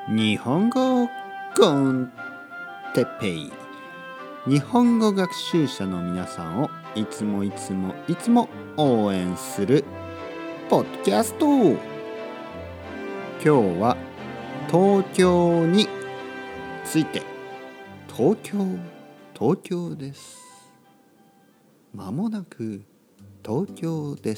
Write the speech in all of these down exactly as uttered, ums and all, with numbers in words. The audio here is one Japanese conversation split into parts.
日本語コンテッペイ。日本語学習者の皆さんをいつもいつもいつも応援するポッドキャスト。今日は東京について。東京東京です。まもなく東京です。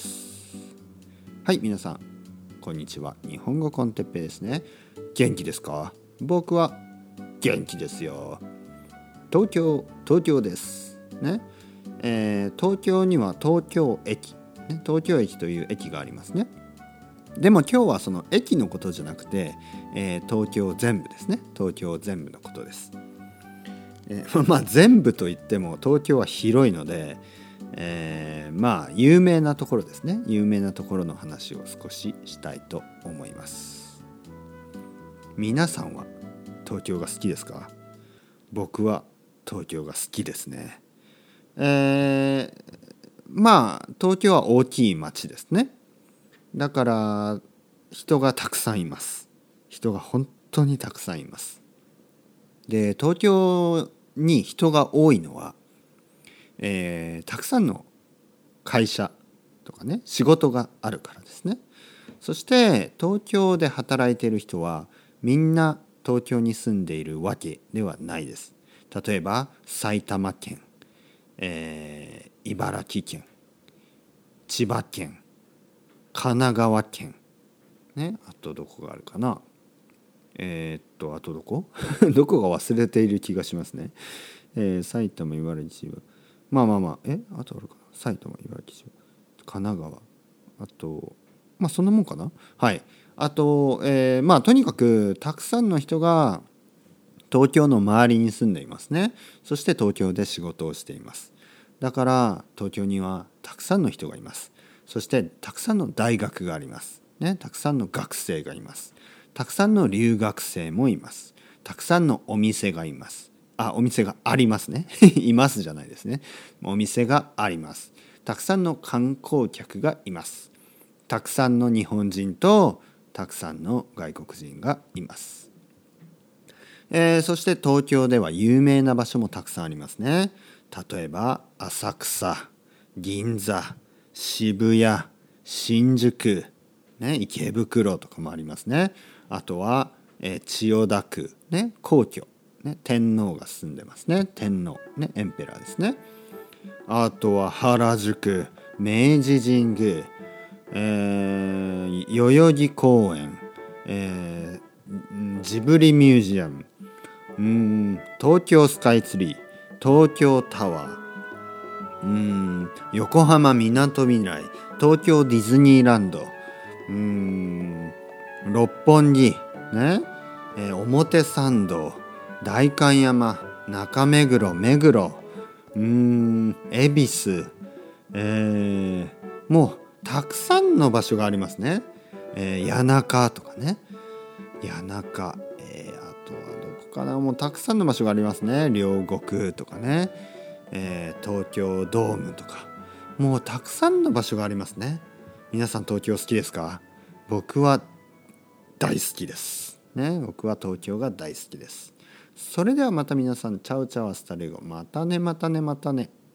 はい、皆さんこんにちは。日本語コンテッペイですね。元気ですか？僕は元気ですよ。東京東京ですね。えー、東京には東京駅、ね、東京駅という駅がありますね。でも今日はその駅のことじゃなくて、えー、東京全部ですね。東京全部のことです。えー、まあ全部といっても東京は広いので、えー、まあ有名なところですね。有名なところの話を少ししたいと思います。皆さんは東京が好きですか？僕は東京が好きですね。えー、まあ東京は大きい町ですね。だから人がたくさんいます。人が本当にたくさんいます。で、東京に人が多いのは、えー、たくさんの会社とかね、仕事があるからですね。そして東京で働いている人はみんな東京に住んでいるわけではないです。例えば埼玉県、えー、茨城県、千葉県、神奈川県、ね、あとどこがあるかな。えー、っとあとどこどこが忘れている気がしますね。えー、埼玉、茨城、千葉、まあまあまあ、えあとあるかな。埼玉、茨城、千葉、神奈川、あとまあそんなもんかな。はい。あと、えー、まあとにかくたくさんの人が東京の周りに住んでいますね。そして東京で仕事をしています。だから東京にはたくさんの人がいます。そしてたくさんの大学があります。ね、たくさんの学生がいます。たくさんの留学生もいます。たくさんのお店がいます。あ、お店がありますね。いますじゃないですね。お店があります。たくさんの観光客がいます。たくさんの日本人とたくさんの外国人がいます。えー、そして東京では有名な場所もたくさんありますね。例えば浅草、銀座、渋谷、新宿、ね、池袋とかもありますね。あとは、えー、千代田区、ね、皇居、ね、天皇が住んでますね。天皇、ね、エンペラーですね。あとは原宿、明治神宮、えー、代々木公園、えー、ジブリミュージアム、うーん東京スカイツリー、東京タワー、うーん横浜みなとみらい、東京ディズニーランド、うーん六本木、ね、えー、表参道、代官山、中目黒、目黒、うーん恵比寿、えー、もうたくさんの場所がありますね。えー、谷中とかね、谷中、えー、あとはどこかな。もうたくさんの場所がありますね。両国とかね、えー、東京ドームとか、もうたくさんの場所がありますね。皆さん東京好きですか？僕は大好きですね。僕は東京が大好きです。それではまた皆さん、チャウチャウアスタレゴ、またねまたねまたね。